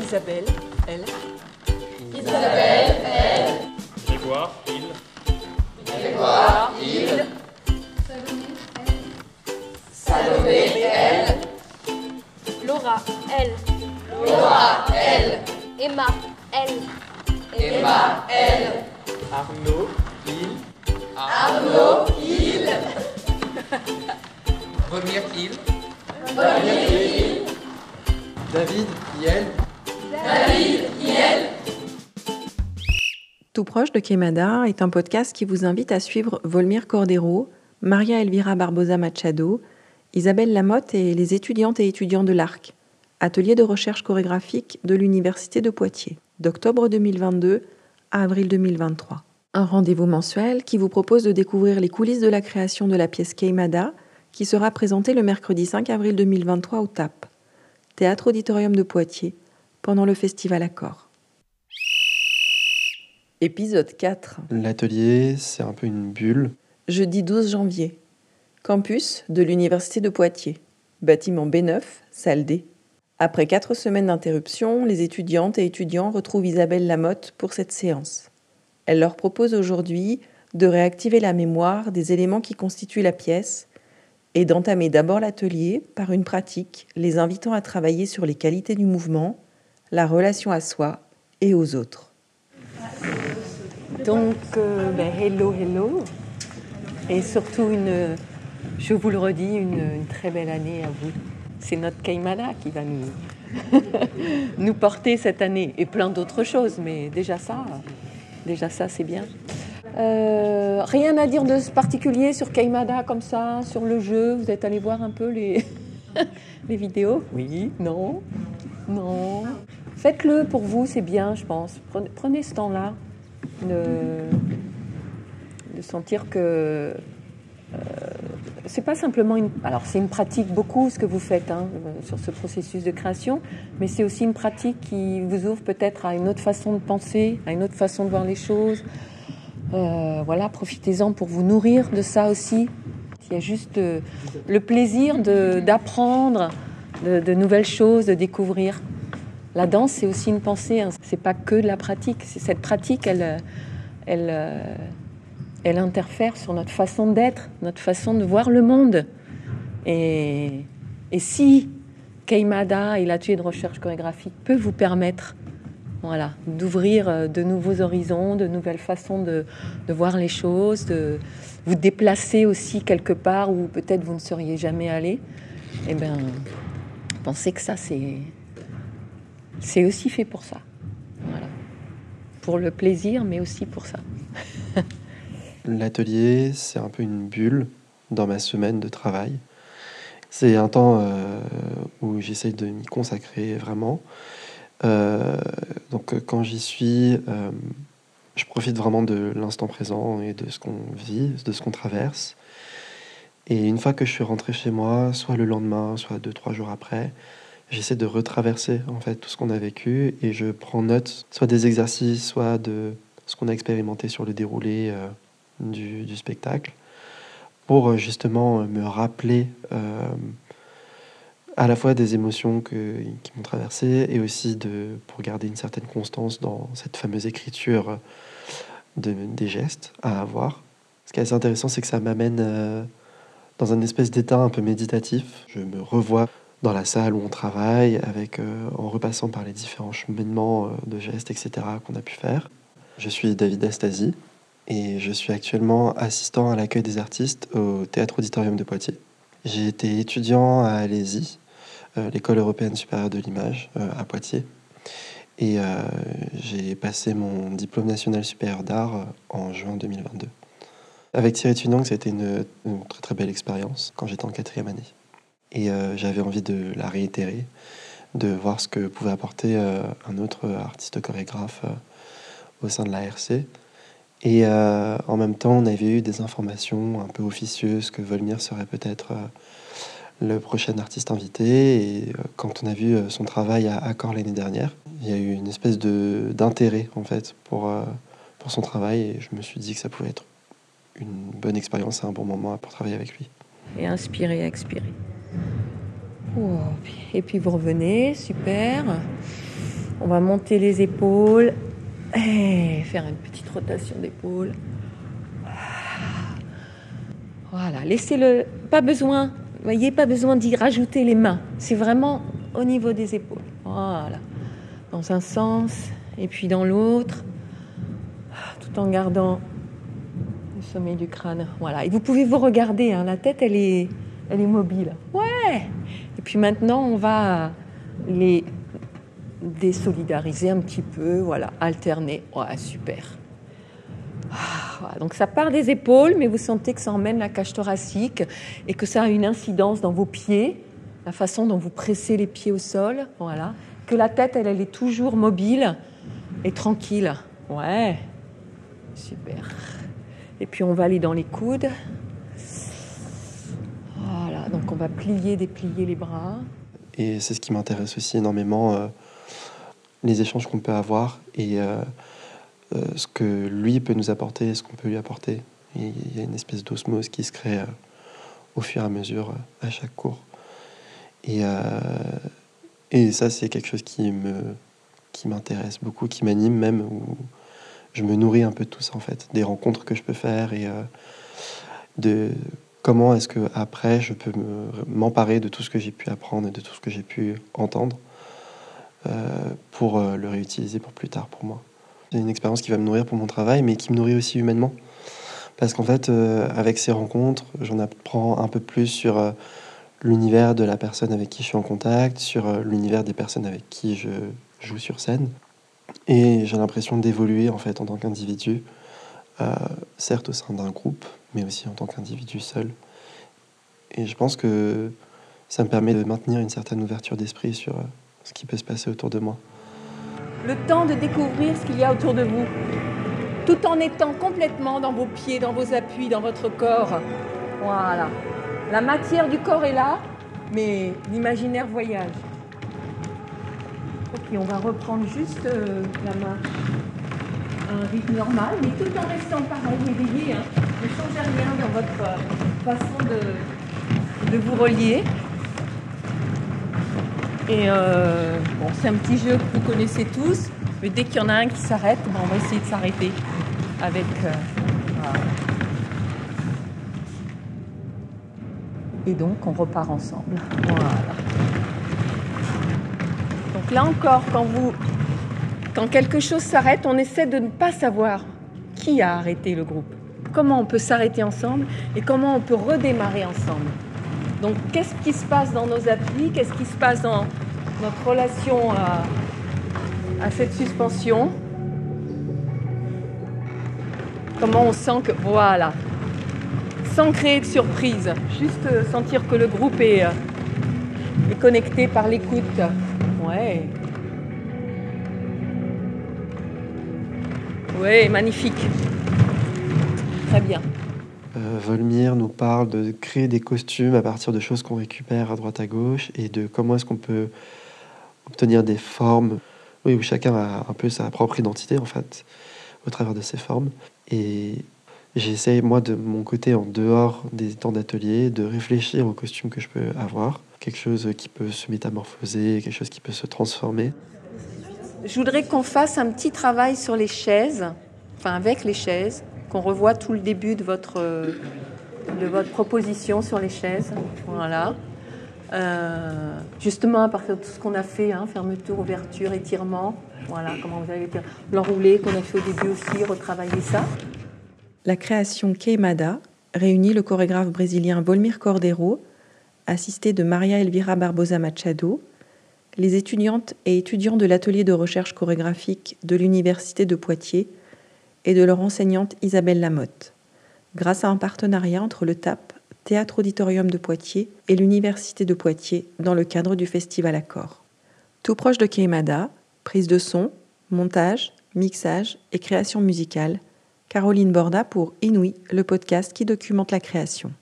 Isabelle, elle. Isabelle, elle. Grégoire, il. Grégoire, il. Salomé, elle. Laura, elle. Laura, elle. Emma, elle. Emma, elle. Arnaud, il. Arnaud, il. Volmir, il. Volmir, il. David, il. David, il. Tout proche de Queimada est un podcast qui vous invite à suivre Volmir Cordero, Maria Elvira Barbosa Machado, Isabelle Lamotte et les étudiantes et étudiants de l'ARC, atelier de recherche chorégraphique de l'Université de Poitiers, d'octobre 2022 à avril 2023. Un rendez-vous mensuel qui vous propose de découvrir les coulisses de la création de la pièce Queimada, qui sera présentée le mercredi 5 avril 2023 au TAP, Théâtre Auditorium de Poitiers, pendant le festival Accord. Épisode 4. L'atelier, c'est un peu une bulle. Jeudi 12 janvier. Campus de l'Université de Poitiers. Bâtiment B9, salle D. Après 4 semaines d'interruption, les étudiantes et étudiants retrouvent Isabelle Lamotte pour cette séance. Elle leur propose aujourd'hui de réactiver la mémoire des éléments qui constituent la pièce et d'entamer d'abord l'atelier par une pratique les invitant à travailler sur les qualités du mouvement, la relation à soi et aux autres. Donc, hello. Et surtout, je vous le redis, une très belle année à vous. C'est notre Queimada qui va nous porter cette année. Et plein d'autres choses, mais déjà ça c'est bien. Rien à dire de particulier sur Queimada comme ça, sur le jeu. Vous êtes allé voir un peu les vidéos? Oui, non. Faites-le pour vous, c'est bien, je pense. Prenez ce temps-là de sentir que c'est pas simplement alors c'est une pratique beaucoup ce que vous faites sur ce processus de création, mais c'est aussi une pratique qui vous ouvre peut-être à une autre façon de penser, à une autre façon de voir les choses. Profitez-en pour vous nourrir de ça aussi. Il y a juste le plaisir d'apprendre de nouvelles choses, de découvrir. La danse, c'est aussi une pensée, c'est pas que de la pratique. Cette pratique, elle interfère sur notre façon d'être, notre façon de voir le monde. Et si Queimada et l'atelier de recherche chorégraphique peut vous permettre d'ouvrir de nouveaux horizons, de nouvelles façons de voir les choses, de vous déplacer aussi quelque part où peut-être vous ne seriez jamais allé, pensez que ça, c'est aussi fait pour ça. Voilà. Pour le plaisir, mais aussi pour ça. L'atelier, c'est un peu une bulle dans ma semaine de travail. C'est un temps où j'essaye de m'y consacrer vraiment. Donc quand j'y suis, je profite vraiment de l'instant présent et de ce qu'on vit, de ce qu'on traverse. Et une fois que je suis rentré chez moi, soit le lendemain, soit 2-3 jours après, j'essaie de retraverser en fait tout ce qu'on a vécu et je prends note soit des exercices, soit de ce qu'on a expérimenté sur le déroulé du spectacle pour justement me rappeler à la fois des émotions qui m'ont traversé et aussi pour garder une certaine constance dans cette fameuse écriture des gestes à avoir. Ce qui est assez intéressant, c'est que ça m'amène dans un espèce d'état un peu méditatif. Je me revois dans la salle où on travaille, en repassant par les différents cheminements de gestes, etc. qu'on a pu faire. Je suis David Astasie et je suis actuellement assistant à l'accueil des artistes au Théâtre Auditorium de Poitiers. J'ai été étudiant à l'ESI, l'École européenne supérieure de l'image, à Poitiers. Et j'ai passé mon diplôme national supérieur d'art en juin 2022. Avec Thierry Tunang, ça a été une très très belle expérience quand j'étais en 4e année. Et j'avais envie de la réitérer, de voir ce que pouvait apporter un autre artiste chorégraphe au sein de la RC. Et en même temps, on avait eu des informations un peu officieuses que Volmir serait peut-être le prochain artiste invité. Et quand on a vu son travail à Accord l'année dernière, il y a eu une espèce d'intérêt en fait pour son travail. Et je me suis dit que ça pouvait être une bonne expérience et un bon moment pour travailler avec lui. Et inspirer, expirer. Oh, et puis vous revenez, super. On va monter les épaules et faire une petite rotation d'épaule. Voilà, laissez-le, pas besoin, voyez, pas besoin d'y rajouter les mains. C'est vraiment au niveau des épaules. Voilà, dans un sens et puis dans l'autre, tout en gardant le sommet du crâne. Voilà, et vous pouvez vous regarder, hein, la tête, elle est mobile. Ouais. Et puis maintenant, on va les désolidariser un petit peu, voilà, alterner. Ouais, super. Voilà, donc ça part des épaules, mais vous sentez que ça emmène la cage thoracique et que ça a une incidence dans vos pieds, la façon dont vous pressez les pieds au sol, voilà. Que la tête, elle est toujours mobile et tranquille. Ouais, super. Et puis on va aller dans les coudes. Voilà, donc on va plier, déplier les bras. Et c'est ce qui m'intéresse aussi énormément, les échanges qu'on peut avoir et ce que lui peut nous apporter, ce qu'on peut lui apporter. Et il y a une espèce d'osmose qui se crée au fur et à mesure à chaque cours. Et ça, c'est quelque chose qui m'intéresse beaucoup, qui m'anime même, où je me nourris un peu de tout ça en fait, des rencontres que je peux faire et de comment est-ce que après je peux m'emparer de tout ce que j'ai pu apprendre et de tout ce que j'ai pu entendre pour le réutiliser pour plus tard pour moi. C'est une expérience qui va me nourrir pour mon travail, mais qui me nourrit aussi humainement. Parce qu'en fait, avec ces rencontres, j'en apprends un peu plus sur l'univers de la personne avec qui je suis en contact, sur l'univers des personnes avec qui je joue sur scène. Et j'ai l'impression d'évoluer en fait en tant qu'individu, certes au sein d'un groupe, mais aussi en tant qu'individu seul. Et je pense que ça me permet de maintenir une certaine ouverture d'esprit sur ce qui peut se passer autour de moi. Le temps de découvrir ce qu'il y a autour de vous, tout en étant complètement dans vos pieds, dans vos appuis, dans votre corps. Voilà. La matière du corps est là, mais l'imaginaire voyage. Ok, on va reprendre juste la marche à un rythme normal, mais tout en restant pareil, éveillé. Hein. Ne changez rien dans votre façon de vous relier. Et bon, c'est un petit jeu que vous connaissez tous, mais dès qu'il y en a un qui s'arrête, on va essayer de s'arrêter avec... voilà. Et donc, on repart ensemble. Voilà. Donc là encore, quand quelque chose s'arrête, on essaie de ne pas savoir qui a arrêté le groupe. Comment on peut s'arrêter ensemble et comment on peut redémarrer ensemble. Donc, qu'est-ce qui se passe dans nos appuis? Qu'est-ce qui se passe dans notre relation à cette suspension? Comment on sent que... Voilà. Sans créer de surprise. Juste sentir que le groupe est connecté par l'écoute. Ouais. Ouais, magnifique. Très bien. Volmir nous parle de créer des costumes à partir de choses qu'on récupère à droite à gauche et de comment est-ce qu'on peut obtenir des formes, oui, où chacun a un peu sa propre identité en fait au travers de ces formes. Et j'essaye moi de mon côté en dehors des temps d'atelier de réfléchir aux costumes que je peux avoir, quelque chose qui peut se métamorphoser, quelque chose qui peut se transformer. Je voudrais qu'on fasse un petit travail sur les chaises, enfin avec les chaises, qu'on revoie tout le début de votre proposition sur les chaises. Voilà. Justement, à partir de tout ce qu'on a fait, hein, fermeture, ouverture, étirement, voilà, comment vous allez dire, l'enroulé qu'on a fait au début aussi, retravailler ça. La création Queimada réunit le chorégraphe brésilien Volmir Cordeiro, assisté de Maria Elvira Barbosa Machado, les étudiantes et étudiants de l'atelier de recherche chorégraphique de l'Université de Poitiers et de leur enseignante Isabelle Lamotte, grâce à un partenariat entre le TAP, Théâtre Auditorium de Poitiers, et l'Université de Poitiers dans le cadre du Festival Accord. Tout proche de Queimada, prise de son, montage, mixage et création musicale, Caroline Borda pour Inouï, le podcast qui documente la création.